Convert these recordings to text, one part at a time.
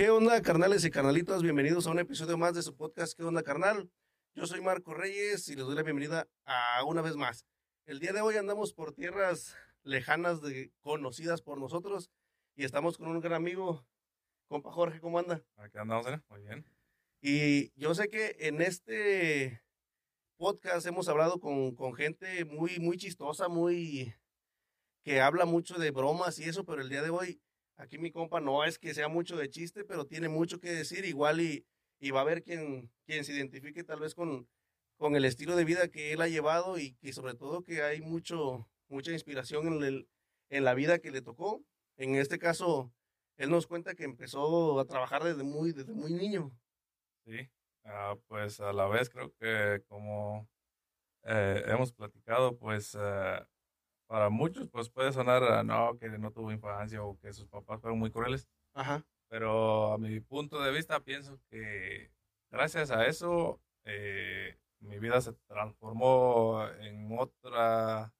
¿Qué onda, carnales y carnalitos? Bienvenidos a un episodio más de su podcast, ¿Qué onda, carnal? Yo soy Marco Reyes y les doy la bienvenida a una vez más. El día de hoy andamos por tierras lejanas, conocidas por nosotros, y estamos con un gran amigo, compa Jorge, ¿cómo anda? Aquí andamos, ¿eh? Muy bien. Y yo sé que en este podcast hemos hablado con gente muy chistosa, que habla mucho de bromas y eso, pero el día de hoy, aquí mi compa no es que sea mucho de chiste, pero tiene mucho que decir igual y va a haber quien se identifique tal vez con el estilo de vida que él ha llevado y sobre todo que hay mucha inspiración en la vida que le tocó. En este caso, él nos cuenta que empezó a trabajar desde muy niño. Sí. Pues a la vez creo que como hemos platicado, pues para muchos pues puede sonar no, que no tuvo infancia o que sus papás fueron muy crueles, Ajá. pero a mi punto de vista pienso que gracias a eso mi vida se transformó en otra,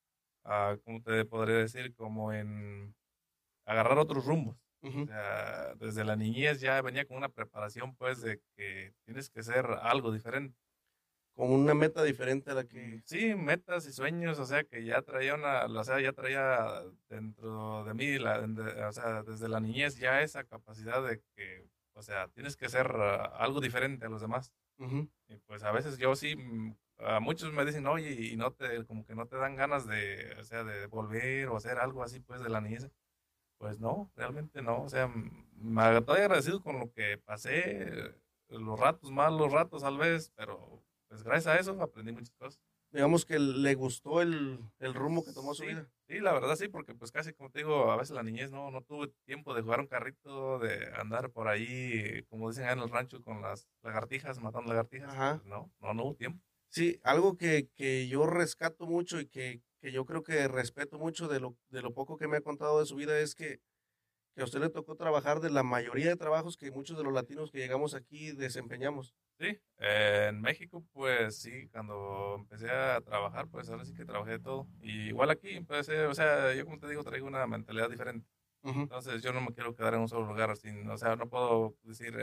¿cómo te podría decir? Como en agarrar otros rumbos. O Ujú. sea, desde la niñez ya venía con una preparación, pues, de que tienes que ser algo diferente. Con una meta diferente a la que... Sí, metas y sueños, o sea, que ya traía o sea, ya traía dentro de mí, o sea, desde la niñez ya esa capacidad de que, o sea, tienes que ser algo diferente a los demás. Ujú. Y pues a veces yo sí, a muchos me dicen, oye, y no te, como que no te dan ganas de, o sea, de volver o hacer algo así, pues, de la niñez. Pues no, realmente no. O sea, me estoy agradecido con lo que pasé, los ratos malos, los ratos tal vez, pero pues gracias a eso aprendí muchas cosas. Digamos que le gustó el rumbo que tomó su Sí, vida. sí, la verdad sí, porque pues casi como te digo, a veces la niñez no tuve tiempo de jugar un carrito, de andar por ahí, como dicen allá en el rancho, con las lagartijas, matando lagartijas. Ajá. Pues no hubo tiempo. Sí, algo que yo rescato mucho y que yo creo que respeto mucho de lo poco que me ha contado de su vida es que a usted le tocó trabajar de la mayoría de trabajos que muchos de los latinos que llegamos aquí desempeñamos. Sí, en México, pues sí, cuando empecé a trabajar, pues ahora sí que trabajé de todo. Y igual aquí empecé, o sea, yo como te digo, traigo una mentalidad diferente. Ujú, Entonces yo no me quiero quedar en un solo lugar, sin, o sea, no puedo decir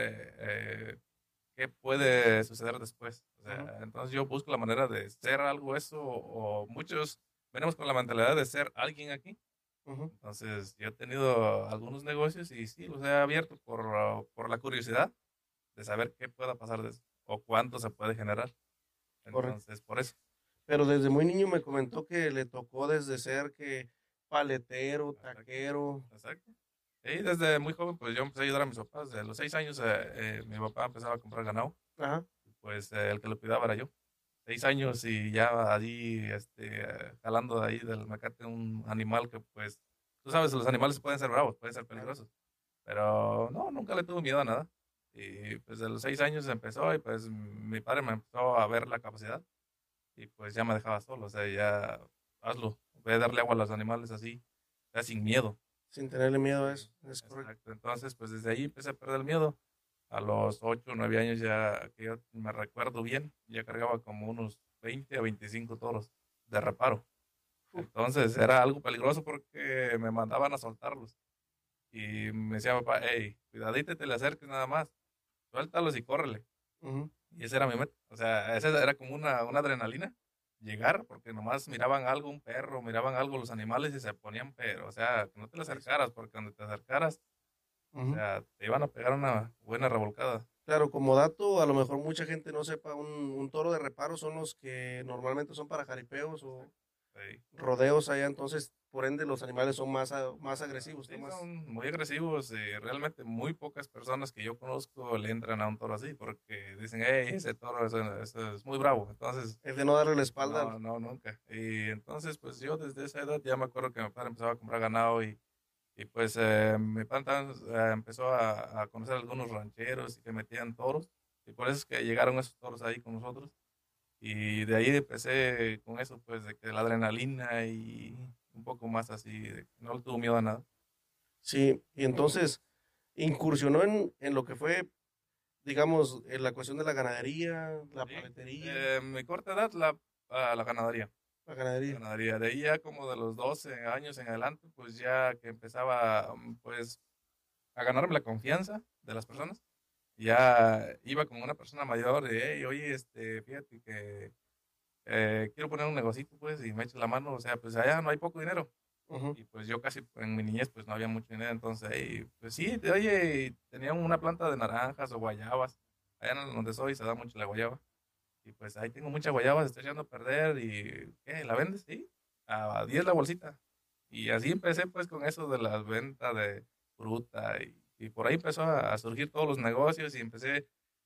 qué puede suceder después. O ujú, sea, entonces yo busco la manera de ser algo eso, o muchos venimos con la mentalidad de ser alguien aquí. ujú. Entonces yo he tenido algunos negocios y sí, los he abierto por la curiosidad de saber qué pueda pasar o cuánto se puede generar. Correcto. Entonces, por eso. Pero desde muy niño me comentó que le tocó desde ser que paletero, Exacto, taquero. exacto. Y desde muy joven, pues yo empecé a ayudar a mis papás. De los 6 años, mi papá empezaba a comprar ganado. Ajá. Pues el que lo cuidaba era yo. 6 años y ya allí, jalando de ahí del mecate un animal que, pues, tú sabes, los animales pueden ser bravos, pueden ser Claro. peligrosos. Pero no, nunca le tuve miedo a nada. Y pues de los 6 años empezó y pues mi padre me empezó a ver la capacidad y pues ya me dejaba solo, o sea, ya hazlo, voy a darle agua a los animales así, ya sin miedo. Sin tenerle miedo a Sí, eso. Es correcto. exacto. Entonces, pues desde ahí empecé a perder el miedo. A los 8 o 9 años ya, que yo me recuerdo bien, ya cargaba como unos 20 a 25 toros de reparo. Uf. Entonces era algo peligroso porque me mandaban a soltarlos. Y me decía papá, hey, cuidadito y te le acerques nada más, suéltalos y córrele. Ujú. Y esa era mi meta. O sea, esa era como una adrenalina. Llegar, porque nomás miraban algo, un perro, miraban algo los animales y se ponían, pero, o sea, que no te le Sí, sí. acercaras, porque cuando te acercaras, o Ujú. sea, te iban a pegar una buena revolcada. Claro, como dato, a lo mejor mucha gente no sepa, un toro de reparo son los que normalmente son para jaripeos o Exacto. Sí. rodeos allá, entonces, por ende, los animales son más agresivos, ¿no? Sí, Más, son muy agresivos y realmente muy pocas personas que yo conozco le entran a un toro así porque dicen, hey, ese toro eso es muy bravo. Entonces, es de no darle la espalda. no, nunca. Y entonces, pues yo desde esa edad ya me acuerdo que mi padre empezaba a comprar ganado y pues mi padre también, empezó a conocer algunos rancheros y que metían toros. Y por eso es que llegaron esos toros ahí con nosotros. Y de ahí empecé con eso, pues, de que la adrenalina y un poco más así, de que no le tuvo miedo a nada. Sí, y entonces incursionó en lo que fue, digamos, en la cuestión de la ganadería, la Sí, paletería, mi corta edad, la ganadería. la La ganadería. ganadería. De ahí ya como de los 12 años en adelante, pues ya que empezaba, pues, a ganarme la confianza de las personas. Ya iba como una persona mayor de, hey, oye, fíjate que quiero poner un negocito, pues, y me echa la mano, o sea, pues allá no hay poco dinero. Ujú. Y pues yo casi en mi niñez pues no había mucho dinero, entonces, hey, pues sí, oye, tenía una planta de naranjas o guayabas, allá en donde soy se da mucho la guayaba, y pues ahí tengo mucha guayaba, se está echando a perder, y ¿qué? ¿La vendes? Sí, a 10 la bolsita. Y así empecé pues con eso de las ventas de fruta, y por ahí empezó a surgir todos los negocios, y empecé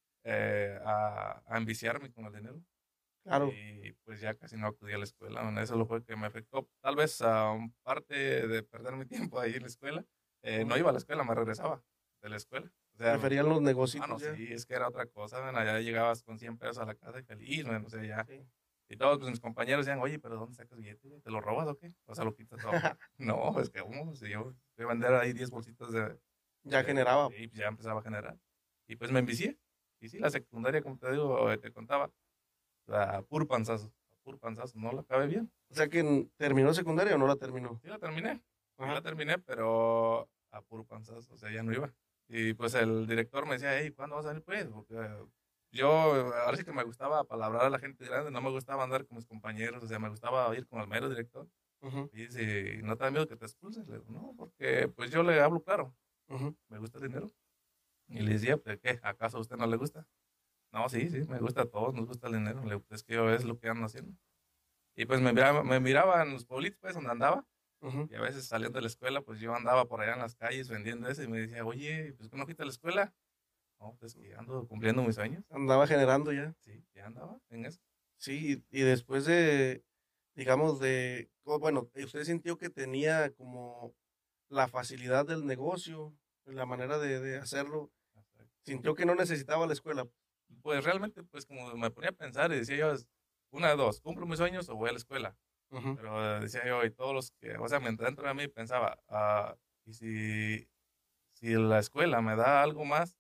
a enviciarme con el dinero. Claro. Y pues ya casi no acudí a la escuela. Bueno, eso lo fue que me afectó. Tal vez a parte de perder mi tiempo ahí en la escuela. No Ujú. iba a la escuela, me regresaba de la escuela. O sea, Preferían los no, negocios ya. sí, es que era otra cosa. Bueno, allá llegabas con 100 pesos a la casa y feliz, bueno, o sea, ya. Sí. Y todos pues, mis compañeros decían, oye, pero ¿dónde sacas billete, güey? ¿Te lo robas o qué? O sea, lo quitas todo afuera. No, es que, si yo voy a vender ahí 10 bolsitas Ya generaba. y pues ya empezaba a generar. Y pues me envicié. Y sí, la secundaria, como te digo, te contaba, a puro panzazo, no la acabé bien. O sea que terminó secundaria o no la terminó. Sí Ajá. la terminé, pero a puro panzazo, o sea, ya no iba. Y pues el director me decía, hey, ¿cuándo vas a venir pues? Porque yo, ahora sí que me gustaba palabrar a la gente grande, no me gustaba andar con mis compañeros, o sea, me gustaba ir con el mero director. Ujú. Y dice, ¿no te da miedo que te expulses? Le digo, no, porque pues yo le hablo claro, Ujú. me gusta el dinero. Y le decía, pues, ¿qué? ¿Acaso a usted no le gusta? No, sí, sí, me gusta a todos, nos gusta el dinero. Le digo, es que yo es lo que ando haciendo. Y pues me miraba en los pueblitos, pues, donde andaba. Ujú. Y a veces saliendo de la escuela, pues yo andaba por allá en las calles vendiendo eso y me decía, oye, pues, ¿qué no fuiste a la escuela? No, pues que ando cumpliendo mis sueños. Andaba generando ya. Sí, ya andaba en eso. Sí, y después de, digamos, bueno, usted sintió que tenía como la facilidad del negocio, la manera de hacerlo, sintió que no necesitaba la escuela. Pues realmente, pues como me ponía a pensar y decía yo, una de dos, ¿cumplo mis sueños o voy a la escuela? Ujú. Pero decía yo, y todos los que, o sea, mientras dentro de mí pensaba, y si la escuela me da algo más,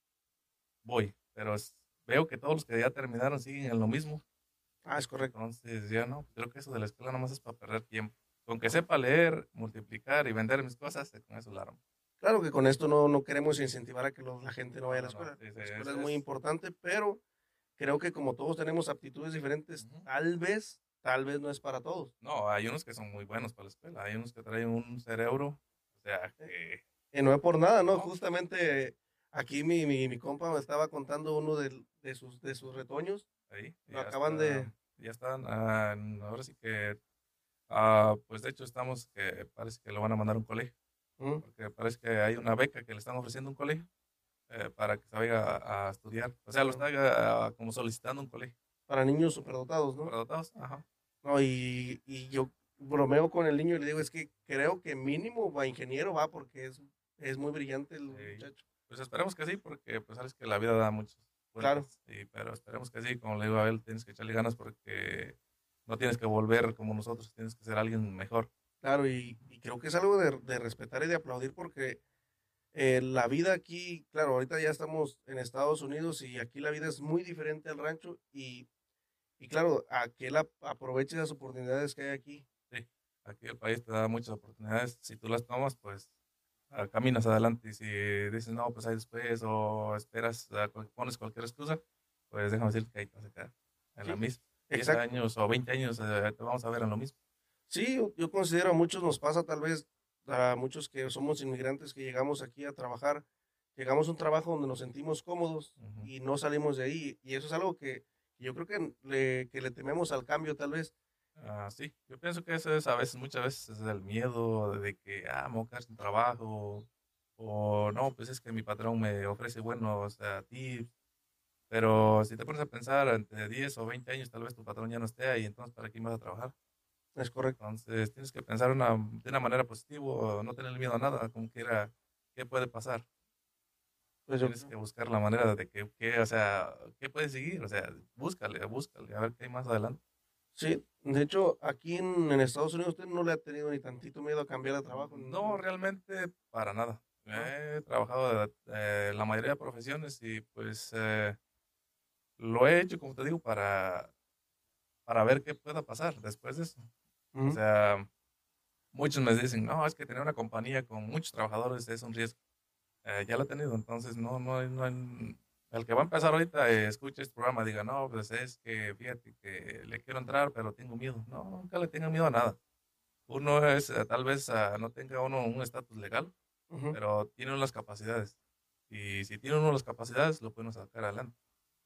voy. Pero veo que todos los que ya terminaron siguen en lo mismo. Ah, es correcto. Entonces, ya no, creo que eso de la escuela nomás es para perder tiempo. Con que sepa leer, multiplicar y vender mis cosas, con eso la armo. Claro que con esto no queremos incentivar a que la gente no No, vaya a la no, no. escuela. Sí, sí, La escuela es ese muy es. importante, pero creo que como todos tenemos aptitudes diferentes, Ujú. tal vez no es para todos. No, hay unos que son muy buenos para la escuela. Hay unos que traen un cerebro. O sea, Eh, que. no es por nada, ¿no? No, Justamente aquí mi compa me estaba contando uno de sus retoños. ahí. Lo acaban de... Ya están. Ahora sí que. Pues de hecho, estamos que parece que lo van a mandar a un colegio. Ujú. Porque parece que hay una beca que le están ofreciendo a un colegio para que se vaya a estudiar. O sea, lo está como solicitando un colegio. Para niños superdotados, ¿no? ¿Superdotados? Ajá. No, y yo bromeo con el niño y le digo, es que creo que mínimo va ingeniero, va, porque es muy brillante el Sí. muchacho. Pues esperemos que sí, porque pues sabes que la vida da muchas Claro, vueltas. Pero esperemos que sí, como le digo a él, tienes que echarle ganas porque no tienes que volver como nosotros, tienes que ser alguien mejor. claro, y creo que es algo de respetar y de aplaudir porque la vida aquí, claro, ahorita ya estamos en Estados Unidos y aquí la vida es muy diferente al rancho y claro, a que él aproveche las oportunidades que hay aquí. Sí, aquí el país te da muchas oportunidades. Si tú las tomas, pues caminas adelante. Y si dices, no, pues ahí después, o esperas, pones cualquier excusa, pues déjame decirte que ahí te vas a quedar en la Sí, misma. 10 exacto. años o 20 años te vamos a ver en lo mismo. Sí, yo considero a muchos nos pasa tal vez, a muchos que somos inmigrantes que llegamos aquí a trabajar, llegamos a un trabajo donde nos sentimos cómodos Ujú. y no salimos de ahí. Y eso es algo que yo creo que le tememos al cambio tal vez. Sí, yo pienso que eso es a veces, muchas veces es el miedo de que, me voy a quedar sin trabajo, o no, pues es que mi patrón me ofrece buenos tips, pero si te pones a pensar, entre 10 o 20 años tal vez tu patrón ya no esté ahí, entonces ¿para quién vas a trabajar? Es correcto. Entonces tienes que pensar de una manera positiva, no tener miedo a nada, como quiera, ¿qué puede pasar? Pues yo Tienes que buscar la manera de o sea, ¿qué puedes seguir? O sea, búscale, búscale, a ver qué hay más adelante. sí, de hecho, aquí en Estados Unidos usted no le ha tenido ni tantito miedo a cambiar de trabajo. No, realmente para nada. ¿No? He trabajado la mayoría de profesiones y pues lo he hecho, como te digo, para ver qué pueda pasar después de eso. O Ujú. sea, muchos me dicen, no, es que tener una compañía con muchos trabajadores es un riesgo. Ya lo he tenido, entonces el que va a empezar ahorita, escuche este programa, diga, no, pues es que fíjate que le quiero entrar, pero tengo miedo. No, nunca le tenga miedo a nada. Uno es, tal vez no tenga uno un estatus legal, Ujú, pero tiene uno las capacidades. Y si tiene uno las capacidades, lo puede uno sacar adelante.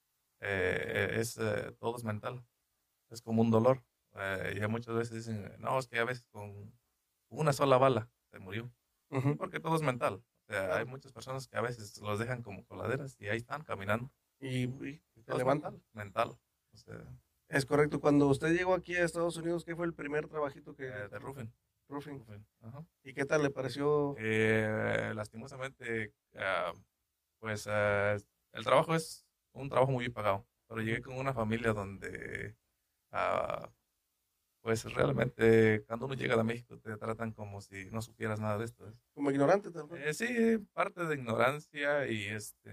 Todo es mental, es como un dolor. Ya muchas veces dicen, no, es que a veces con una sola bala se murió. Sí, ujú, porque todo es mental. O sea, hay claro. muchas personas que a veces los dejan como coladeras y ahí están caminando. Y Y se todo es levantan. mental, mental. O sea, Es correcto. Cuando usted llegó aquí a Estados Unidos, ¿qué fue el primer trabajito que de agarró? roofing, Roofing. roofing, ajá. ¿Y qué tal le pareció? Lastimosamente, pues el trabajo es un trabajo muy bien pagado, pero llegué Ujú. con una familia donde, ah, pues realmente cuando uno llega de México te tratan como si no supieras nada de esto. Como ignorante, tal vez. Sí, parte de ignorancia y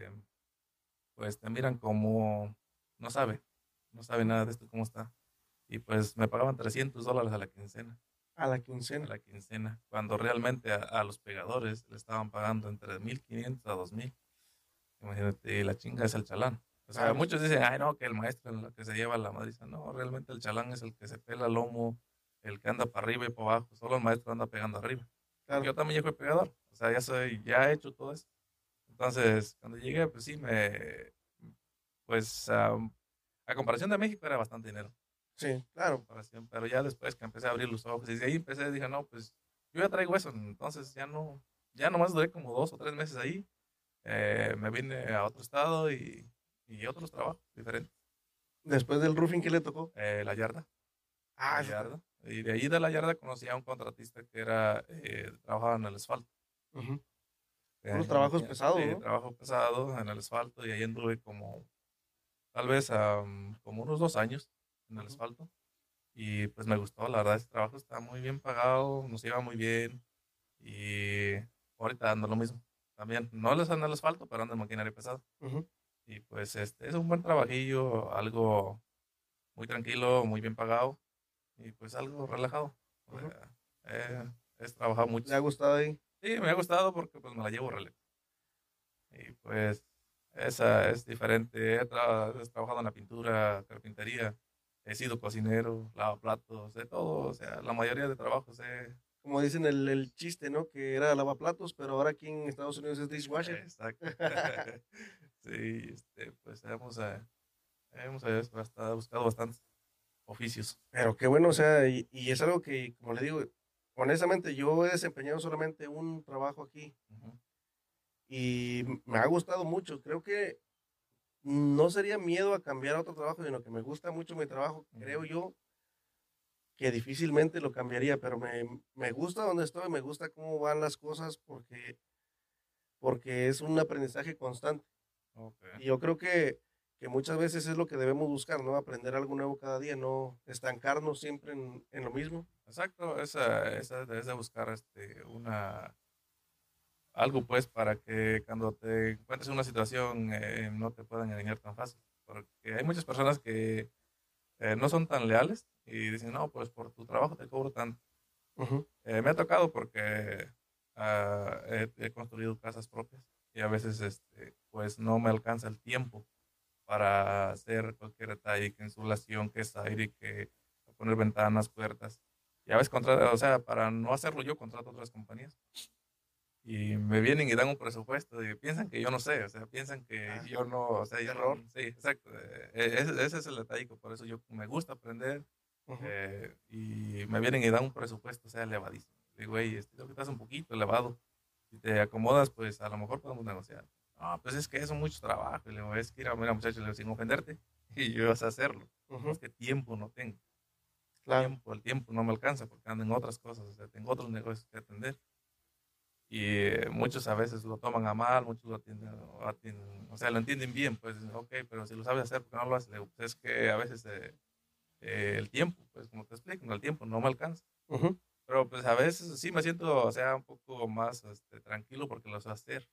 pues te miran como no sabe, no sabe Ujú. nada de esto, cómo está. Y pues me pagaban $300 A la a quincena. la quincena, cuando realmente a los pegadores le estaban pagando entre 1,500 a 2,000. Imagínate, y la chinga es el chalán. O sea, Claro, muchos dicen, ay, no, que el maestro es lo que se lleva la madriza. No, realmente el chalán es el que se pela el lomo, el que anda para arriba y para abajo. Solo el maestro anda pegando arriba. Porque claro. yo también ya fui pegador. O sea, ya he hecho todo eso. Entonces, cuando llegué, pues sí, pues a comparación de México era bastante dinero. Sí, claro. Comparación, pero ya después que empecé a abrir los ojos y de ahí empecé, dije, no, pues yo ya traigo eso. Entonces ya nomás duré como 2 o 3 meses ahí. Me vine a otro estado y otros trabajos diferentes. Después del roofing, ¿qué le tocó? La yarda, Ah, la eso está. yarda. Y de ahí de la yarda conocí a un contratista que trabajaba en el asfalto. Ujú. Puros Me trabajos metía, pesados, sí, ¿no? trabajo pesado en el asfalto y ahí anduve como, tal vez, como unos 2 años en el Ujú. asfalto. Y pues me gustó, la verdad, ese trabajo está muy bien pagado, nos iba muy bien. Y ahorita ando lo mismo. También, no les ando en el asfalto, pero ando en maquinaria pesada. Ujú. Y pues es un buen trabajillo, algo muy tranquilo, muy bien pagado y pues algo relajado. O Ujú. sea, es trabajado mucho. ¿Le ha gustado ahí? Sí, me ha gustado porque pues me la llevo relax. Y pues esa es diferente. He trabajado en la pintura, carpintería, he sido cocinero, lavo platos, de todo. O sea, la mayoría de trabajos Como dicen el chiste, ¿no? Que era lavaplatos, pero ahora aquí en Estados Unidos es dishwasher. exacto. Sí, pues buscado bastantes oficios. Pero qué bueno, o sea, y es algo que, como le digo, honestamente, yo he desempeñado solamente un trabajo aquí Ujú, y me ha gustado mucho. Creo que no sería miedo a cambiar a otro trabajo, sino que me gusta mucho mi trabajo. ujú. Creo yo que difícilmente lo cambiaría, pero me gusta donde estoy, me gusta cómo van las cosas porque es un aprendizaje constante. Ok. Y yo creo que muchas veces es lo que debemos buscar, ¿no? Aprender algo nuevo cada día, no estancarnos siempre en lo mismo. Exacto, esa debes de buscar algo pues para que cuando te encuentres en una situación no te puedan engañar tan fácil. Porque hay muchas personas que no son tan leales y dicen, no, pues por tu trabajo te cobro tanto. Ujú. Me ha tocado porque he construido casas propias y a veces pues no me alcanza el tiempo para hacer cualquier detalle, que insulación, que es aire, que poner ventanas, puertas. Y a veces o sea, para no hacerlo yo contrato otras compañías. Y me vienen y dan un presupuesto y piensan que yo no sé, o sea, piensan que Ah, yo no, o sea, yo error. no, sí, exacto. Ese es el detalle, por eso yo me gusta aprender Ujú. y me vienen y dan un presupuesto, o sea, elevadísimo. Digo, güey, creo que estás un poquito elevado. Si te acomodas, pues a lo mejor podemos negociar. No, pues es que eso es mucho trabajo. Y le digo, es que ir a mira, muchachos, le digo, sin ofenderte, y yo vas a hacerlo. Ujú. Más que tiempo no tengo. Claro. El tiempo no me alcanza porque ando en otras cosas, o sea, tengo otros negocios que atender. Y muchos a veces lo toman a mal, muchos o sea, lo entienden bien, pues, ok, pero si lo sabes hacer, ¿por qué no lo haces? Le digo, pues es que a veces el tiempo, pues como te explico, no, el tiempo no me alcanza. Ujú. Pero pues a veces sí me siento, o sea, un poco más tranquilo porque lo sé hacer.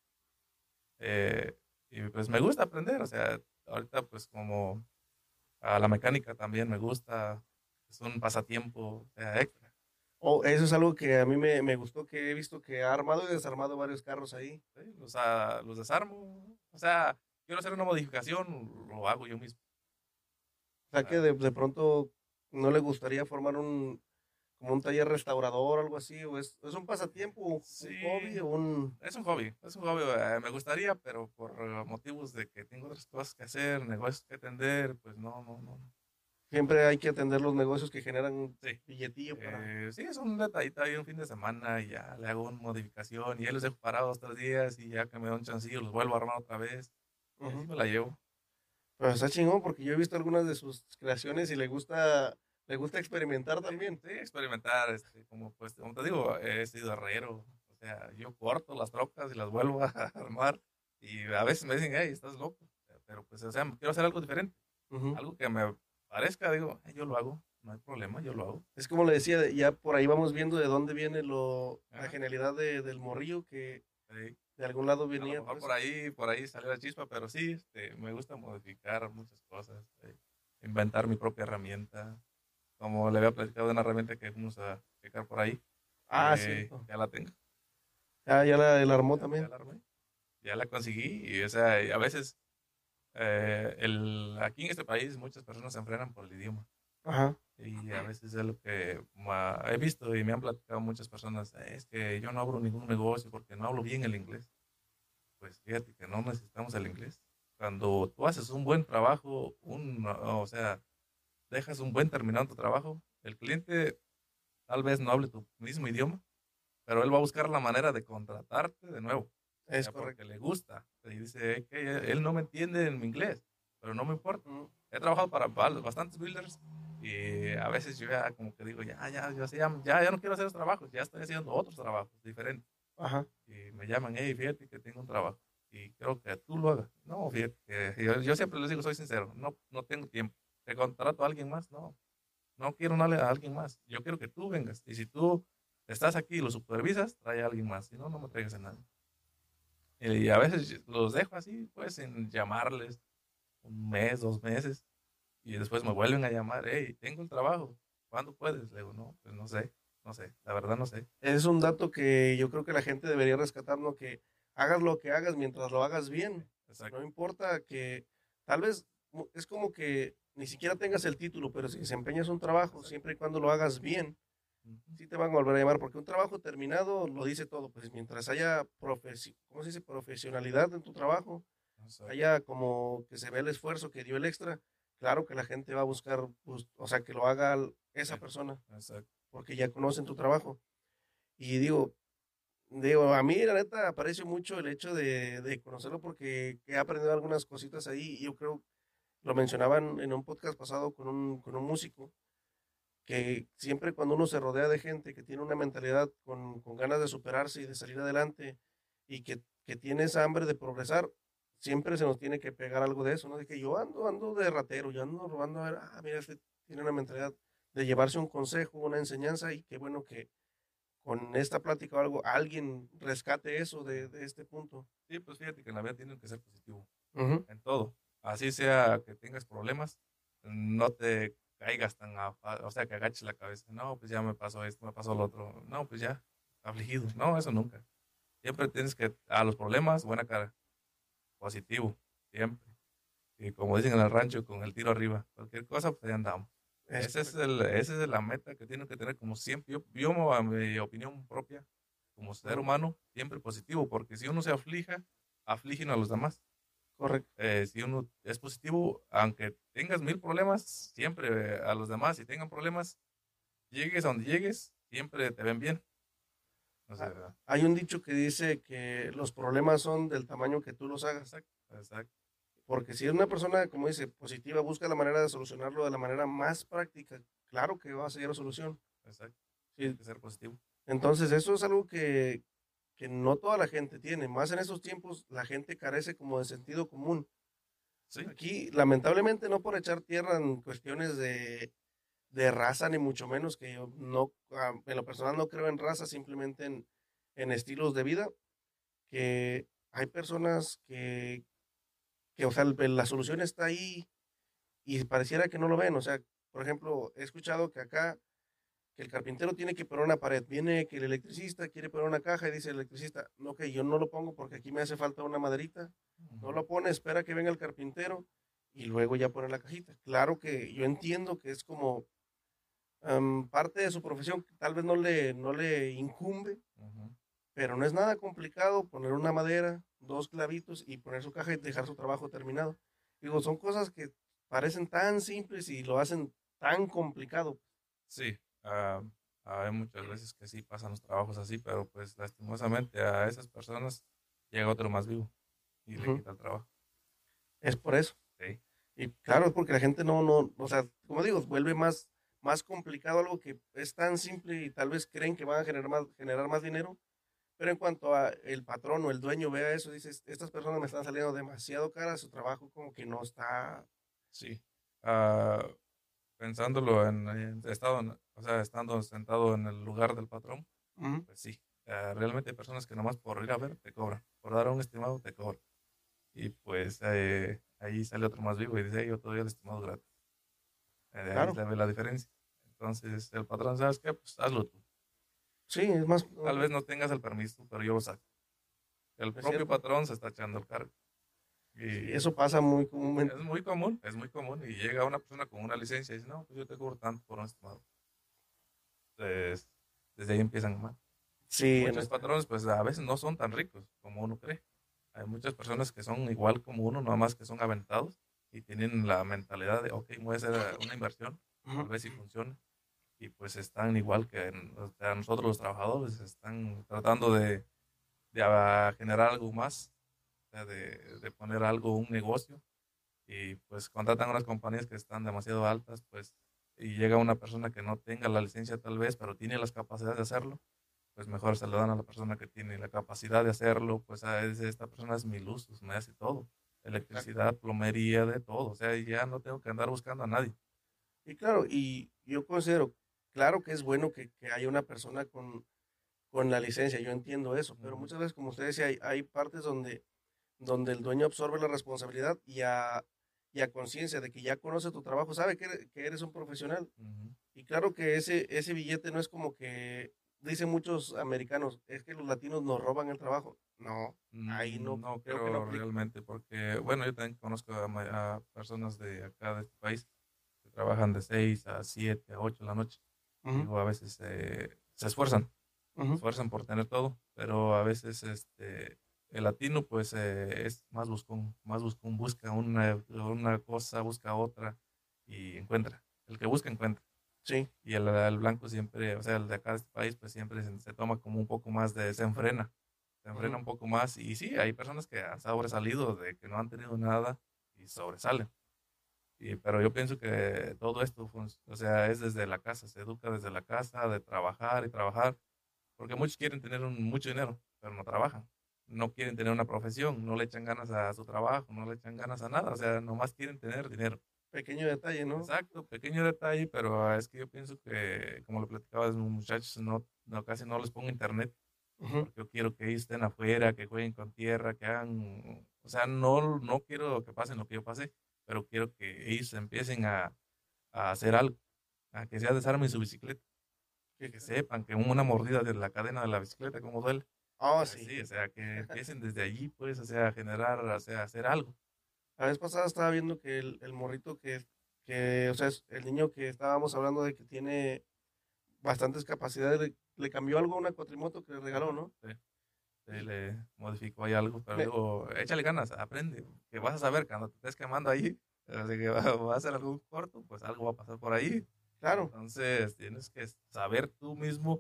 Y pues me gusta aprender, o sea, ahorita pues como a la mecánica también me gusta, es un pasatiempo, o sea, extra. Oh, eso es algo que a mí me gustó, que he visto que ha armado y desarmado varios carros ahí. ¿Sí? Los desarmo. O sea, quiero hacer una modificación, lo hago yo mismo. O sea, que Ah, de pronto no le gustaría formar como un taller restaurador o algo así, o es un pasatiempo, un hobby sí, o un... es un hobby. Me gustaría, pero por motivos de que tengo otras cosas que hacer, negocios que atender, pues no, no, no. Siempre hay que atender los negocios que generan Sí, billetillo para... sí, es un detallito ahí un fin de semana y ya le hago una modificación y ya los dejo parados 3 días y ya que me da un chancillo los vuelvo a armar otra vez y así Ujú. me la llevo. Pero está chingón porque yo he visto algunas de sus creaciones y le gusta experimentar Sí, también. sí, experimentar, como pues, como te digo, he sido herrero, o sea, yo corto las trocas y las vuelvo a armar y a veces me dicen, hey, estás loco, pero pues, o sea, quiero hacer algo diferente, Ujú. algo que me parezca, digo, yo lo hago, no hay problema, yo lo hago. Es como le decía, ya por ahí vamos viendo de dónde viene la Ajá, genialidad del morrillo que sí. de algún lado A lo venía, mejor pues. por ahí salió la chispa, pero sí, me gusta modificar muchas cosas, inventar mi propia herramienta, como le había platicado de una herramienta que fuimos a checar por ahí, Ah, cierto. ya la tengo, Ah, ya la armó ya también. la armé, ya la conseguí, y o sea, y a veces aquí en este país muchas personas se enfrenan por el idioma, Ajá. y a veces es lo que he visto y me han platicado muchas personas, es que yo no abro ningún negocio porque no hablo bien el inglés. Pues fíjate que no necesitamos el inglés. Cuando tú haces un buen trabajo, o sea, dejas un buen terminado en tu trabajo, el cliente tal vez no hable tu mismo idioma, pero él va a buscar la manera de contratarte de nuevo, Es ya porque correcto. le gusta. Y dice que él no me entiende en mi inglés, pero no me importa. Mm. He trabajado para bastantes builders y a veces yo ya como que digo, ya no quiero hacer esos trabajos, ya estoy haciendo otros trabajos diferentes. Ajá. Y me llaman, hey, fíjate que tengo un trabajo y creo que tú lo hagas. No, fíjate, que yo siempre les digo, soy sincero, no, no tengo tiempo. ¿Te contrato a alguien más? No, no quiero darle a alguien más. Yo quiero que tú vengas. Y si tú estás aquí y lo supervisas, trae a alguien más. Si no, no me traigas a nadie. Y a veces los dejo así, pues, sin llamarles 1 mes, 2 meses. Y después me vuelven a llamar, hey, tengo el trabajo. ¿Cuándo puedes? Le digo, no, pues no sé, no sé, la verdad no sé. Es un dato que yo creo que la gente debería rescatar, ¿no? Que hagas lo que hagas mientras lo hagas bien. Exacto. No importa que tal vez es como que ni siquiera tengas el título, pero si desempeñas un trabajo, Exacto. siempre y cuando lo hagas bien, Ujú. sí te van a volver a llamar, porque un trabajo terminado lo dice todo, pues mientras haya ¿cómo se dice? Profesionalidad en tu trabajo, Exacto. haya como que se vea el esfuerzo que dio el extra, claro que la gente va a buscar, pues, o sea, que lo haga esa Sí, persona, exacto. porque ya conocen tu trabajo. Y digo, a mí la neta aprecio mucho el hecho de conocerlo porque he aprendido algunas cositas ahí y yo creo, lo mencionaban en un podcast pasado con un músico, que siempre cuando uno se rodea de gente que tiene una mentalidad con ganas de superarse y de salir adelante y que tiene esa hambre de progresar, siempre se nos tiene que pegar algo de eso, ¿no? De que yo ando de ratero, yo ando robando, a ver, mira, este tiene una mentalidad de llevarse un consejo, una enseñanza y qué bueno que con esta plática o algo, alguien rescate eso de este punto. Sí, pues fíjate que en la vida tienen que ser positivo, Ujú. en todo. Así sea que tengas problemas, no te caigas o sea, que agaches la cabeza. No, pues ya me pasó esto, me pasó lo otro. No, pues ya, afligido. No, eso nunca. Siempre tienes que, a los problemas, buena cara, positivo, siempre. Y como dicen en el rancho, con el tiro arriba. Cualquier cosa, pues ahí andamos. Es correcto. Esa es la meta que tienen que tener como siempre. A mi opinión propia, como ser Ujú. humano, siempre positivo, porque si uno se aflija, afligen a los demás. Correcto. Si uno es positivo, aunque tengas 1000 problemas, siempre a los demás, si tengan problemas, llegues a donde llegues, siempre te ven bien. O Ah, sea, hay un dicho que dice que los problemas son del tamaño que tú los hagas. exacto, exacto, Porque si es una persona, como dice, positiva, busca la manera de solucionarlo de la manera más práctica, claro que va a seguir la solución. exacto. Tienes Sí. que ser positivo. Entonces, eso es algo que no toda la gente tiene. Más en estos tiempos, la gente carece como de sentido común. Sí, Aquí, lamentablemente, no por echar tierra en cuestiones de raza, ni mucho menos, que yo no, en lo personal no creo en raza, simplemente en estilos de vida, que hay personas o sea, la solución está ahí y pareciera que no lo ven. O sea, por ejemplo, he escuchado que acá que el carpintero tiene que poner una pared, viene que el electricista quiere poner una caja y dice el electricista, no, que yo no lo pongo porque aquí me hace falta una maderita, no Ujú. lo pone, espera que venga el carpintero y luego ya pone la cajita. Claro que yo entiendo que es como parte de su profesión que tal vez no le incumbe, Ujú. pero no es nada complicado poner una madera, dos clavitos y poner su caja y dejar su trabajo terminado. Digo, son cosas que parecen tan simples y lo hacen tan complicado. Sí, hay muchas veces que sí pasan los trabajos así, pero pues lastimosamente a esas personas llega otro más vivo y le Ujú. quita el trabajo. Es por eso. Sí, Y claro, es porque la gente o sea, como digo, vuelve más complicado algo que es tan simple y tal vez creen que van a generar más dinero, pero en cuanto a el patrón o el dueño vea eso, dices, estas personas me están saliendo demasiado caras, su trabajo como que no está. sí. Ah, pensándolo o sea, estando sentado en el lugar del patrón, Ujú. pues sí. Realmente hay personas que nomás por ir a ver te cobran, por dar a un estimado te cobran. Y pues ahí sale otro más vivo y dice, "Hey, yo te doy el estimado gratis". Ahí Claro, se ve la diferencia. Entonces el patrón, ¿sabes qué? Pues hazlo tú. sí, es más, Tal vez no tengas el permiso, pero yo lo saco. El es propio cierto. patrón se está echando el cargo. Sí, Y eso pasa muy comúnmente. es muy común. Y llega una persona con una licencia y dice, no, pues yo te cobro tanto por un estimado. Entonces, desde ahí empiezan mal. Y Sí, muchos patrones, pues a veces no son tan ricos como uno cree. Hay muchas personas que son igual como uno, nada más que son aventados y tienen la mentalidad de, ok, voy a hacer una inversión, tal ujú, vez si funcione. Y pues están igual que o sea, nosotros los trabajadores, están tratando de generar algo más, o sea, de poner algo, un negocio, y pues contratan unas compañías que están demasiado altas, pues, y llega una persona que no tenga la licencia tal vez, pero tiene las capacidades de hacerlo, pues mejor se lo dan a la persona que tiene la capacidad de hacerlo, pues esta persona es mi luz, pues, me hace todo, exacto. electricidad, plomería, de todo, o sea, ya no tengo que andar buscando a nadie. Y claro, y yo considero, claro que es bueno que haya una persona con la licencia, yo entiendo eso, pero Ujú, muchas veces, como usted decía, hay partes donde el dueño absorbe la responsabilidad y a conciencia de que ya conoce tu trabajo, sabe que eres un profesional. ujú. Y claro que ese billete no es como que dicen muchos americanos, es que los latinos nos roban el trabajo. No, ahí no, No creo que no creo aplica. realmente, porque, bueno, yo también conozco a personas de acá, de este país, que trabajan de 6 a 7 a 8 de la noche. Ujú, Digo, a veces se ujú, esfuerzan por tener todo, pero a veces el latino, pues, es más buscón, busca una cosa, busca otra y encuentra. El que busca, encuentra. sí, Y el blanco siempre, o sea, el de acá de este país, pues siempre se toma como un poco más se enfrena ujú, un poco más. Y sí, hay personas que han sobresalido de que no han tenido nada y sobresalen. Pero yo pienso que todo esto, o sea, es desde la casa, se educa desde la casa, de trabajar y trabajar, porque muchos quieren tener mucho dinero, pero no trabajan. No quieren tener una profesión, no le echan ganas a su trabajo, no le echan ganas a nada, o sea, nomás quieren tener dinero. pequeño detalle, ¿no? Exacto, pequeño detalle, pero es que yo pienso que, como lo platicaba, los muchachos casi no les pongo internet, Ujú, porque yo quiero que ellos estén afuera, que jueguen con tierra, que hagan, o sea, no quiero que pasen lo que yo pasé, pero quiero que ellos empiecen a hacer algo, a que sea desarmen su bicicleta, que- que sepan que una mordida de la cadena de la bicicleta, como duele. Ah, Pues sí. sí, o sea, que empiecen desde allí, pues, o sea, a generar, o sea, hacer algo. La vez pasada estaba viendo que el morrito o sea, el niño que estábamos hablando de que tiene bastantes capacidades, le cambió algo a una cuatrimoto que le regaló, Ajá, ¿no? sí. Sí, Y le modificó ahí algo, pero me, digo, échale ganas, aprende, que vas a saber cuando te estés quemando ahí, así que va a hacer algún corto, pues algo va a pasar por ahí. claro, Entonces tienes que saber tú mismo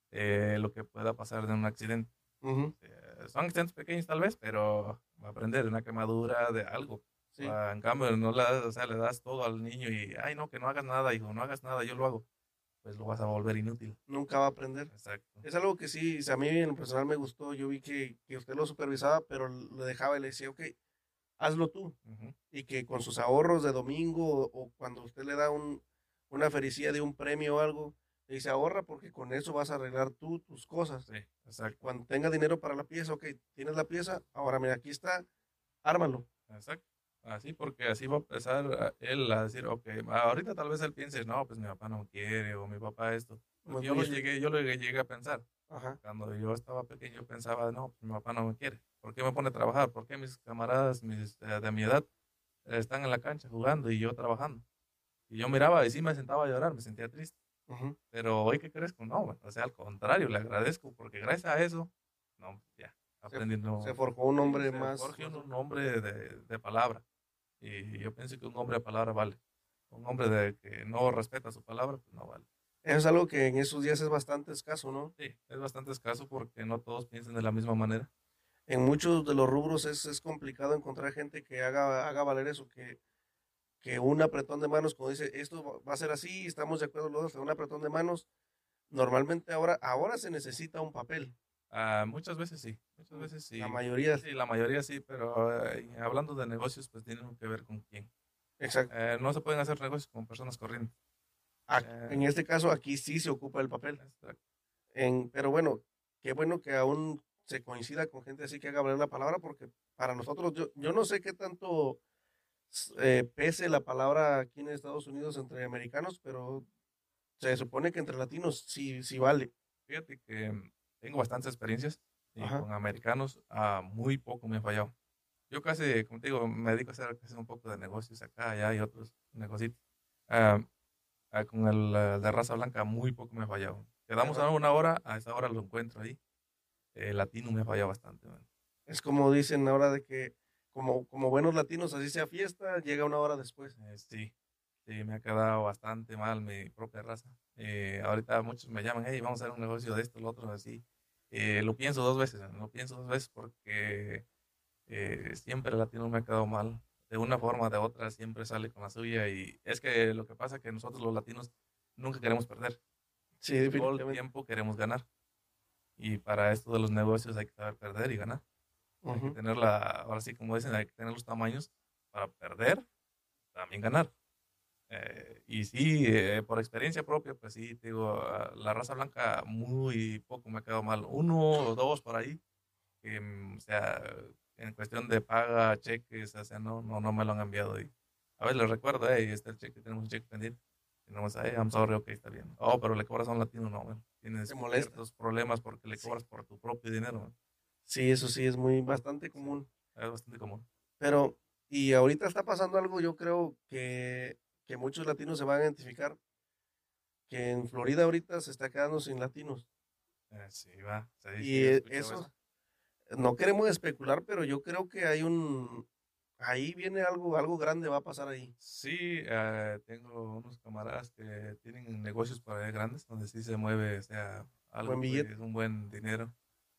lo que pueda pasar de un accidente. ujú, Son accidentes pequeños tal vez, pero va a aprender de una quemadura, de algo. sí, En cambio, no le das, o sea, le das todo al niño y, ay, no, que no hagas nada, hijo, no hagas nada, yo lo hago. Pues lo vas a volver inútil. nunca va a aprender. Exacto. Es algo que sí, a mí en lo personal me gustó. Yo vi que usted lo supervisaba, pero le dejaba y le decía, ok, hazlo tú. Ujú. Y que con sus ahorros de domingo o cuando usted le da una felicía de un premio o algo, le dice, ahorra porque con eso vas a arreglar tú tus cosas. Sí, Y exacto. cuando tenga dinero para la pieza, ok, tienes la pieza, ahora mira, aquí está, ármalo. Exacto. Así, porque así va a empezar él a decir, ok, ahorita tal vez él piense, no, pues mi papá no quiere o mi papá esto. No Porque es muy estricto. yo lo llegué a pensar. Ajá. Cuando yo estaba pequeño, yo pensaba, no, pues mi papá no me quiere. ¿Por qué me pone a trabajar? ¿Por qué mis camaradas de mi edad están en la cancha jugando y yo trabajando? Y yo miraba y sí me sentaba a llorar, me sentía triste. Ujú. Pero hoy que crezco, no, güey. O sea, al contrario, le agradezco porque gracias a eso, no, ya, Se, se aprendiendo. forjó un Sí, hombre se más, forge un hombre de palabra. Y yo pienso que un hombre de palabra vale. Un hombre de que no respeta su palabra, pues no vale. Eso es algo que en esos días es bastante escaso, ¿no? Sí, es bastante escaso porque no todos piensan de la misma manera. En muchos de los rubros es complicado encontrar gente que haga valer eso, que un apretón de manos, como dice, esto va a ser así, estamos de acuerdo los dos, un apretón de manos, normalmente ahora se necesita un papel. Muchas veces sí, muchas veces La sí. mayoría, Sí, la mayoría sí, pero hablando de negocios, pues tienen que ver con quién. exacto. No se pueden hacer negocios con personas corrientes. En este caso, aquí sí se ocupa el papel. Exacto. Pero bueno, qué bueno que aún se coincida con gente así que haga valer la palabra, porque para nosotros, yo no sé qué tanto pese la palabra aquí en Estados Unidos entre americanos, pero se supone que entre latinos sí, sí vale. Fíjate que tengo bastantes experiencias y Ajá. con americanos muy poco me han fallado. Yo casi, como te digo, me dedico a hacer un poco de negocios acá, allá y otros negocios. Ah, con el de raza blanca muy poco me ha fallado. Quedamos a una hora, a esa hora lo encuentro ahí. El latino me ha fallado bastante, man. Es como dicen ahora de que como buenos latinos, así sea fiesta, llega una hora después. Sí, sí, me ha quedado bastante mal mi propia raza. Ahorita muchos me llaman, hey, vamos a hacer un negocio de esto, lo otro, así. Lo pienso dos veces, man, lo pienso dos veces porque siempre el latino me ha quedado mal. De una forma o de otra siempre sale con la suya y es que lo que pasa es que nosotros los latinos nunca queremos perder. Sí, Todo el definitivamente. tiempo queremos ganar. Y para esto de los negocios hay que saber perder y ganar. Hay que Ujú. tener ahora sí como dicen, hay que tener los tamaños para perder, también ganar. Y sí, por experiencia propia, pues sí, te digo, la raza blanca muy poco me ha quedado mal. Uno o dos por ahí, que, o sea, en cuestión de paga, cheques, o sea, no me lo han enviado. Y a veces les recuerdo, hey, está el cheque, tenemos un cheque pendiente. Y no me dice, hey, I'm sorry, ok, está bien. Oh, pero le cobras a un latino, no, bueno, Te tienes molesta. ciertos problemas porque le Sí. cobras por tu propio dinero, ¿no? Sí, eso sí es muy bastante Sí, común. es bastante común. Pero, y ahorita está pasando algo, yo creo que muchos latinos se van a identificar, que en Florida ahorita se está quedando sin latinos. Sí, va, sí, sí, Y he escuchado eso. eso, no queremos especular, pero yo creo que ahí viene algo grande va a pasar ahí. Sí, tengo unos camaradas que tienen negocios para allá grandes, donde sí se mueve, o sea, Buen algo, billete. pues, un buen dinero.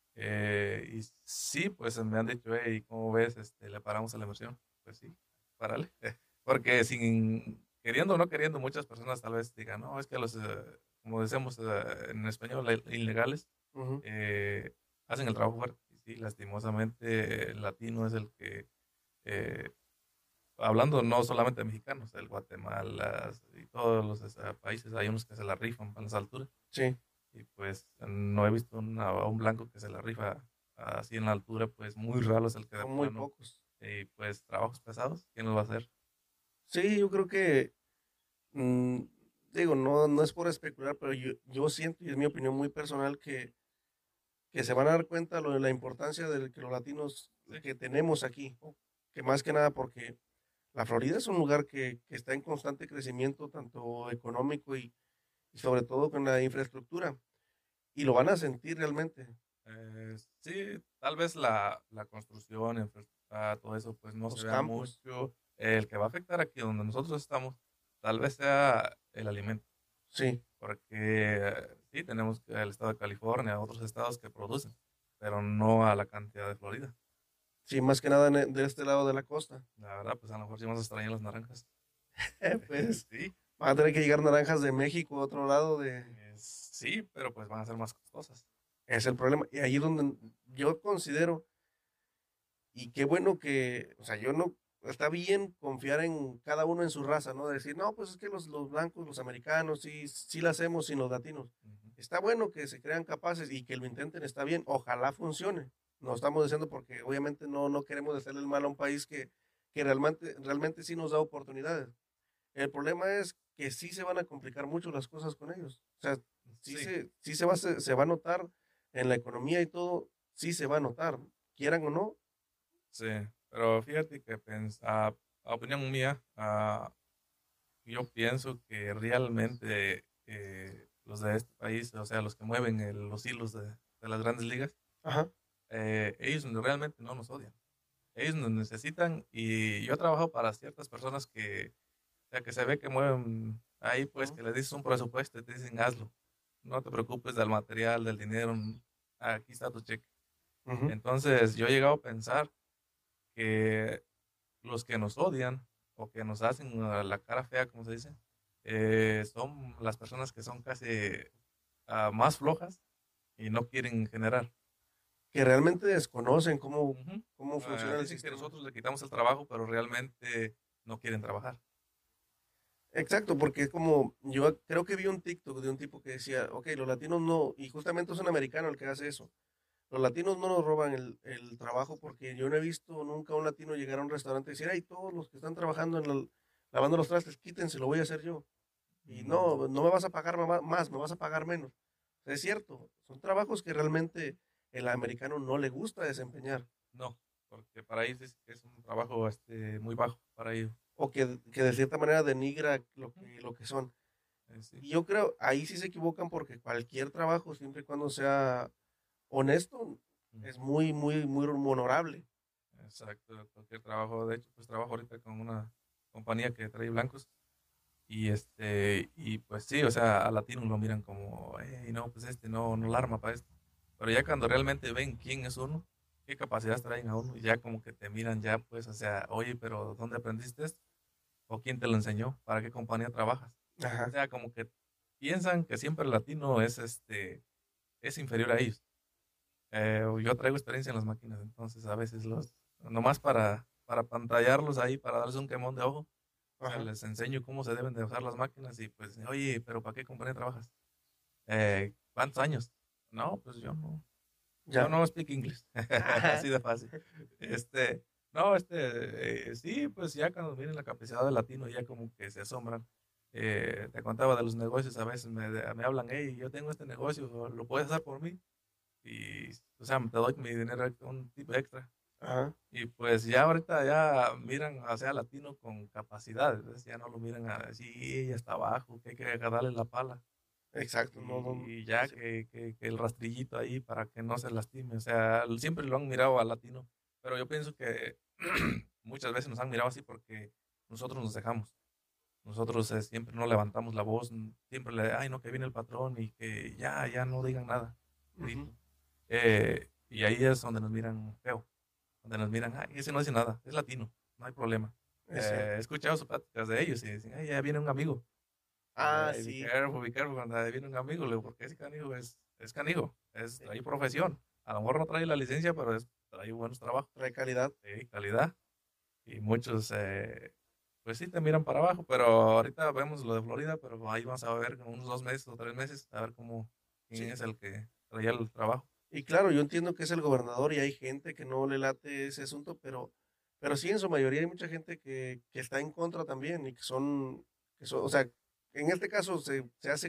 Y sí, pues me han dicho, hey, ¿cómo ves? Le paramos a la inversión. Pues sí, párale. Porque queriendo o no queriendo, muchas personas tal vez digan, no, es que como decimos en español, ilegales, Ujú. eh, hacen el trabajo fuerte. Y sí, lastimosamente, el latino es el que eh, hablando no solamente de mexicanos, el Guatemala y todos los países, hay unos que se la rifan para las alturas. Sí, Y pues no he visto a un blanco que se la rifa así en la altura, pues muy raro es el que de son muy plano. pocos. Y pues trabajos pesados, ¿quién los va a hacer? Sí, yo creo que, mm, digo, no es por especular, pero yo siento, y es mi opinión muy personal, que se van a dar cuenta de la importancia de que los latinos Sí, que tenemos aquí, que más que nada porque la Florida es un lugar que está en constante crecimiento, tanto económico y sobre todo con la infraestructura, y lo van a sentir realmente. sí, tal vez la construcción, infraestructura, todo eso, pues no se Los vea campos, mucho. El que va a afectar aquí donde nosotros estamos, tal vez sea el alimento. sí, Porque sí, tenemos el estado de California, otros estados que producen, pero no a la cantidad de Florida. sí, más que nada de este lado de la costa. La verdad, pues a lo mejor sí vamos a extrañar las naranjas. Pues Sí, van a tener que llegar naranjas de México, a otro lado sí, pero pues van a ser más costosas. es el problema. Y ahí es donde yo considero, y qué bueno que, o sea, yo no, está bien confiar en cada uno en su raza, ¿no? Decir, no, pues es que los blancos, los americanos, sí, sí la hacemos sin los latinos. Ujú. Está bueno que se crean capaces y que lo intenten, está bien, ojalá funcione. No estamos diciendo porque obviamente no queremos hacerle el mal a un país que realmente sí nos da oportunidades. El problema es que sí se van a complicar mucho las cosas con ellos. O sea, Sí, sí se va a notar en la economía y todo, sí se va a notar, quieran o no. sí. Pero fíjate que a opinión mía, yo pienso que realmente los de este país, o sea, los que mueven los hilos de las grandes ligas, Ajá, ellos realmente no nos odian. Ellos nos necesitan y yo he trabajado para ciertas personas o sea, que se ve que mueven ahí, pues ujú, que les dices un presupuesto y te dicen hazlo. No te preocupes del material, del dinero, aquí está tu cheque. ujú. Entonces yo he llegado a pensar que los que nos odian o que nos hacen la cara fea, como se dice, son las personas que son casi más flojas y no quieren generar. Que realmente desconocen Ujú. cómo funciona el Dicen que sistema. nosotros le quitamos el trabajo, pero realmente no quieren trabajar. Exacto, porque es como, yo creo que vi un TikTok de un tipo que decía, ok, los latinos no, y justamente es un americano el que hace eso, los latinos no nos roban el trabajo porque yo no he visto nunca a un latino llegar a un restaurante y decir, ay, todos los que están trabajando lavando los trastes, quítense, lo voy a hacer yo. Y Mm, no, no me vas a pagar más, me vas a pagar menos. Es cierto, son trabajos que realmente el americano no le gusta desempeñar, no, porque para ellos es un trabajo muy bajo para ellos. o que de cierta manera denigra Ujú. lo que son. Sí. Y yo creo, ahí sí se equivocan porque cualquier trabajo, siempre y cuando sea honesto, Mm, es muy honorable. exacto, cualquier trabajo. De hecho, pues trabajo ahorita con una compañía que trae blancos. Y pues sí, o sea, a latinos lo miran como, hey, no, pues no la arma para esto. Pero ya cuando realmente ven quién es uno, qué capacidades traen a uno, y ya como que te miran ya, pues, o sea, oye, pero ¿dónde aprendiste esto? ¿O quién te lo enseñó? ¿Para qué compañía trabajas? O Ajá. sea, como que piensan que siempre el latino es inferior a ellos. Yo traigo experiencia en las máquinas, entonces a veces nomás para pantallarlos ahí, para darles un quemón de ojo, o sea, Ajá. les enseño cómo se deben de usar las máquinas y pues, oye, pero ¿para qué compañía trabajas? ¿Cuántos años? No, pues yo Ya. no speak English, Ajá. así de fácil. Este, no, sí, pues ya cuando miren la capacidad del latino ya como que se asombran. Te contaba de los negocios, a veces me hablan, hey, yo tengo este negocio, ¿lo puedes hacer por mí? Y, o sea, te doy mi dinero, un tipo extra. Ajá. Y pues ya ahorita ya miran hacia latino con capacidades, ¿ves? Ya no lo miran a decir, ella está abajo, que hay que darle la pala. Exacto. No, no. Y ya Sí. que el rastrillito ahí para que no se lastime. O sea, siempre lo han mirado al latino, pero yo pienso que muchas veces nos han mirado así porque nosotros nos dejamos. Nosotros siempre no levantamos la voz, siempre ay, no, que viene el patrón y que ya no digan nada. Ujú. Grito. Y ahí es donde nos miran feo, donde nos miran, ay, ese no dice nada, es latino, no hay problema. Es cierto. He escuchado sus pláticas de ellos y dicen, ay, ya viene un amigo. Ah, Be sí. careful, be careful, cuando viene un amigo, le digo, porque ese canijo es canijo, trae profesión. A lo mejor no trae la licencia, pero trae buenos trabajos, Trae calidad. calidad. Y muchos, pues sí, te miran para abajo, pero ahorita vemos lo de Florida, pero ahí vamos a ver en unos 2 meses o 3 meses, a ver quién Sí. es el que traía el trabajo. Y claro, yo entiendo que es el gobernador y hay gente que no le late ese asunto, pero sí, en su mayoría hay mucha gente que está en contra también y o sea, en este caso se hace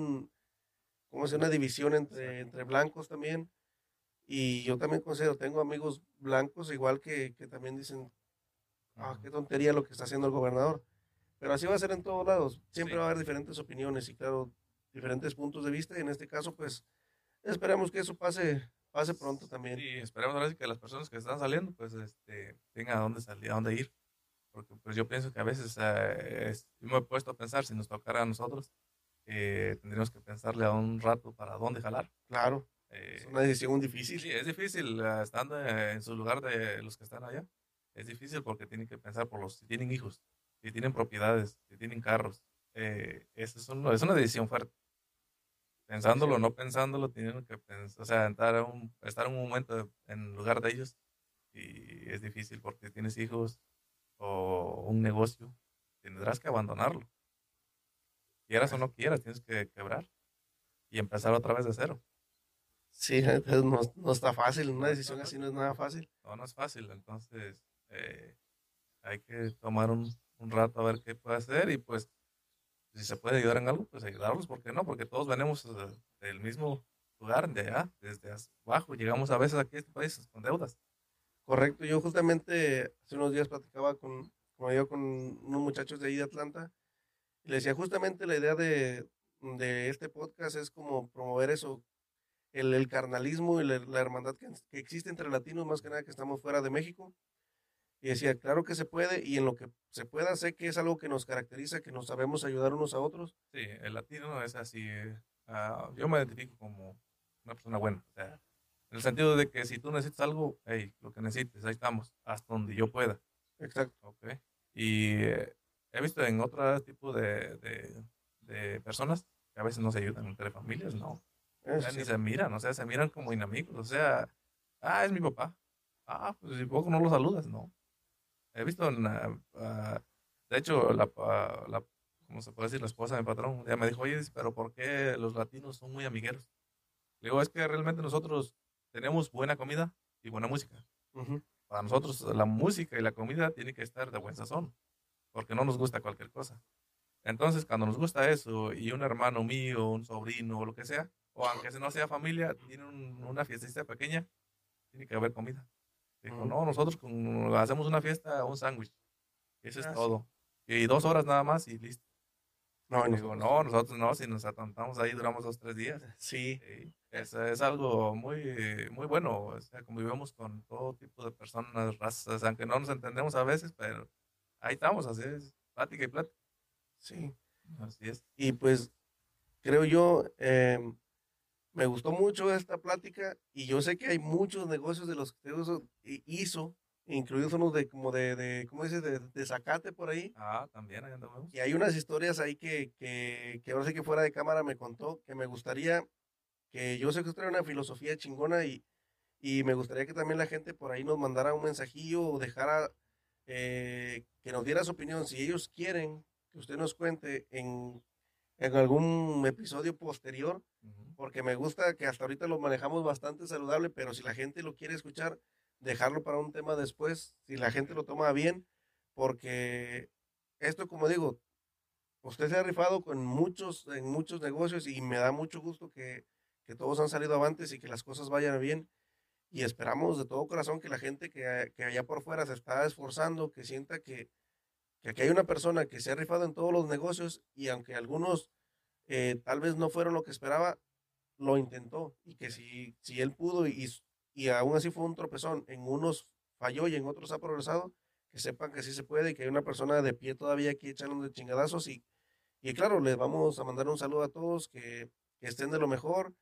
como una división Exacto. entre blancos también. Y yo también considero, tengo amigos blancos igual que también dicen, ah, Ujú. qué tontería lo que está haciendo el gobernador. Pero así va a ser en todos lados. Siempre Sí, va a haber diferentes opiniones y claro, diferentes puntos de vista. Y en este caso, pues, esperamos que eso pase pronto también. sí, esperemos ahora sí que las personas que están saliendo, pues, tengan a dónde salir, a dónde ir. Porque, pues, yo pienso que a veces, yo me he puesto a pensar, si nos tocara a nosotros, tendríamos que pensarle a un rato para dónde jalar. Claro, es una Eh, decisión difícil. sí, es difícil estando en su lugar de los que están allá. Es difícil porque tienen que pensar por si tienen hijos, si tienen propiedades, si tienen carros. Eso es una decisión fuerte. Es Pensándolo o cierto. no pensándolo, tienen que pensar, o sea, estar en un momento en lugar de ellos. Y es difícil porque tienes hijos o un negocio, tendrás que abandonarlo. Quieras o Es- no quieras, tienes que quebrar y empezar otra vez de cero. Sí, entonces no está fácil. Una No está decisión así fácil. no es nada fácil. No es fácil. Entonces, eh, hay que tomar un rato a ver qué puede hacer y pues si se puede ayudar en algo, pues ayudarlos, ¿por qué no? Porque todos venimos del mismo lugar, de allá, desde abajo, llegamos a veces aquí a este país con deudas. Correcto, yo justamente hace unos días platicaba como digo, con unos muchachos de ahí de Atlanta y les decía justamente la idea de este podcast es como promover eso, el carnalismo y la hermandad que existe entre latinos, más que nada que estamos fuera de México. Y decía, claro que se puede y en lo que se pueda sé que es algo que nos caracteriza, que nos sabemos ayudar unos a otros. Sí, el latino es así. Yo me identifico como una persona buena. O sea, en el sentido de que si tú necesitas algo, hey, lo que necesites, ahí estamos, hasta donde yo pueda. Exacto. ¿Ok? Y he visto en otro tipo de personas que a veces no se ayudan entre familias, no. O Eso sea, es ni cierto. se miran, o sea, se miran como enemigos. O sea, es mi papá. Pues si poco no lo saludas, no. He visto, de hecho, ¿cómo se puede decir? La esposa de mi patrón, un día me dijo, oye, pero ¿por qué los latinos son muy amigueros? Le digo, es que realmente nosotros tenemos buena comida y buena música. Ujú. Para nosotros la música y la comida tiene que estar de buen sazón, porque no nos gusta cualquier cosa. Entonces, cuando nos gusta eso y un hermano mío, un sobrino o lo que sea, o aunque no sea familia, tiene una fiestecita pequeña, tiene que haber comida. Dijo, Ujú. no, nosotros hacemos una fiesta, un sándwich. Eso es Ah, sí. todo. Y 2 horas nada más y listo. No, y Digo, nosotros no, también. nosotros no, si nos atontamos ahí duramos 2, 3 días. Sí, Sí, es algo muy, muy bueno. O sea, convivimos con todo tipo de personas, razas, aunque no nos entendemos a veces, pero ahí estamos, así es, plática y plática. sí. Así es. Y pues creo yo, me gustó mucho esta plática y yo sé que hay muchos negocios de los que usted hizo, incluidos unos de como ¿cómo dices? De zacate por ahí. También ahí andamos. Y hay unas historias ahí que ahora sí que fuera de cámara me contó que me gustaría, que yo sé que usted tiene una filosofía chingona y me gustaría que también la gente por ahí nos mandara un mensajillo o dejara que nos diera su opinión. Si ellos quieren que usted nos cuente en algún episodio posterior, Ujú. porque me gusta que hasta ahorita lo manejamos bastante saludable, pero si la gente lo quiere escuchar, dejarlo para un tema después, si la gente lo toma bien, porque esto, como digo, usted se ha rifado en muchos negocios y me da mucho gusto que todos han salido avantes y que las cosas vayan bien. Y esperamos de todo corazón que la gente que allá por fuera se está esforzando, que sienta que aquí hay una persona que se ha rifado en todos los negocios y aunque algunos tal vez no fueron lo que esperaba, lo intentó y que si él pudo y aún así fue un tropezón, en unos falló y en otros ha progresado, que sepan que sí se puede y que hay una persona de pie todavía aquí echando de chingadazos y claro, les vamos a mandar un saludo a todos, que estén de lo mejor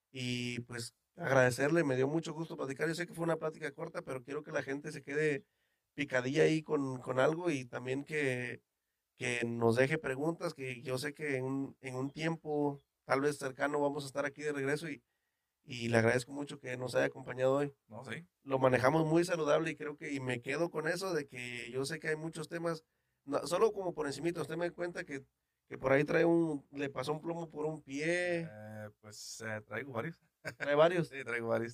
y pues agradecerle, me dio mucho gusto platicar, yo sé que fue una plática corta, pero quiero que la gente se quede picadilla ahí con algo y también que nos deje preguntas, que yo sé que en un tiempo tal vez cercano vamos a estar aquí de regreso y le agradezco mucho que nos haya acompañado hoy. No, sí. Lo manejamos muy saludable y creo que, y me quedo con eso de que yo sé que hay muchos temas, solo como por encimita, usted me cuenta que por ahí le pasó un plomo por un pie, Pues traigo varios. trae varios Sí, traigo varios.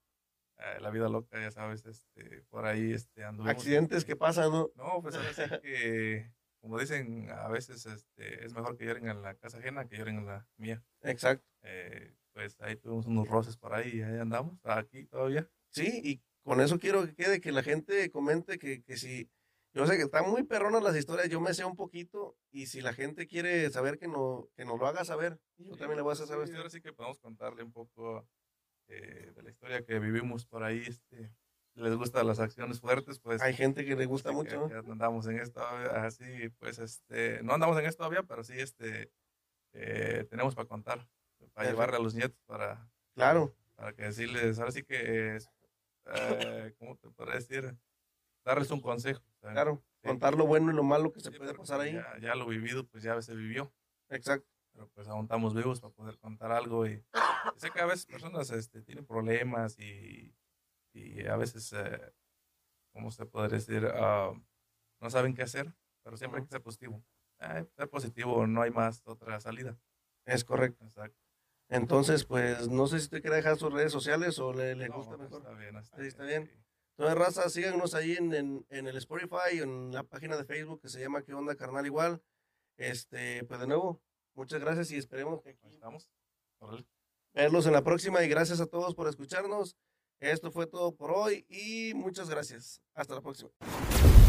La vida loca, ya sabes, por ahí anduvimos. accidentes que pasan, ¿no? No, pues ahora sí que, como dicen, a veces es mejor que lloren en la casa ajena que lloren en la mía. Exacto. Pues ahí tuvimos unos roces por ahí y ahí andamos, aquí todavía. Sí, y con eso quiero que quede, que la gente comente que si, yo sé que están muy perronas las historias, yo me sé un poquito, y si la gente quiere saber que nos lo haga saber, y yo también le Sí, voy a pues hacer sí, saber a usted. ahora sí que podemos contarle un poco de la historia que vivimos por ahí. Si les gustan las acciones fuertes, pues Hay gente que le ahora gusta sí mucho, que ¿no? andamos en esto, así, pues no andamos en esto todavía, pero sí, tenemos para contar, para llevarle a Perfecto. los nietos, Claro, para que decirles, ahora sí que, ¿cómo te podría decir? Darles un consejo. ¿Saben? claro. Sí, Contar lo bueno y lo malo que se sí, puede porque pasar pues ahí. ya lo vivido, pues ya se vivió, Exacto. pero pues aún estamos vivos para poder contar algo y sé que a veces personas tienen problemas y a veces, ¿cómo se podría decir? No saben qué hacer, pero siempre hay Ujú. que ser positivo. Ser positivo, no hay más otra salida. Es correcto. Exacto. Entonces, pues, no sé si usted quiere dejar sus redes sociales o le gusta No, mejor. está bien, está Sí, está bien, bien. sí. Entonces, raza, síganos ahí en el Spotify, en la página de Facebook que se llama ¿Qué onda, carnal? Igual. Pues de nuevo, muchas gracias y esperemos que Ahí estamos. Órale. verlos en la próxima y gracias a todos por escucharnos. Esto fue todo por hoy y muchas gracias. Hasta la próxima.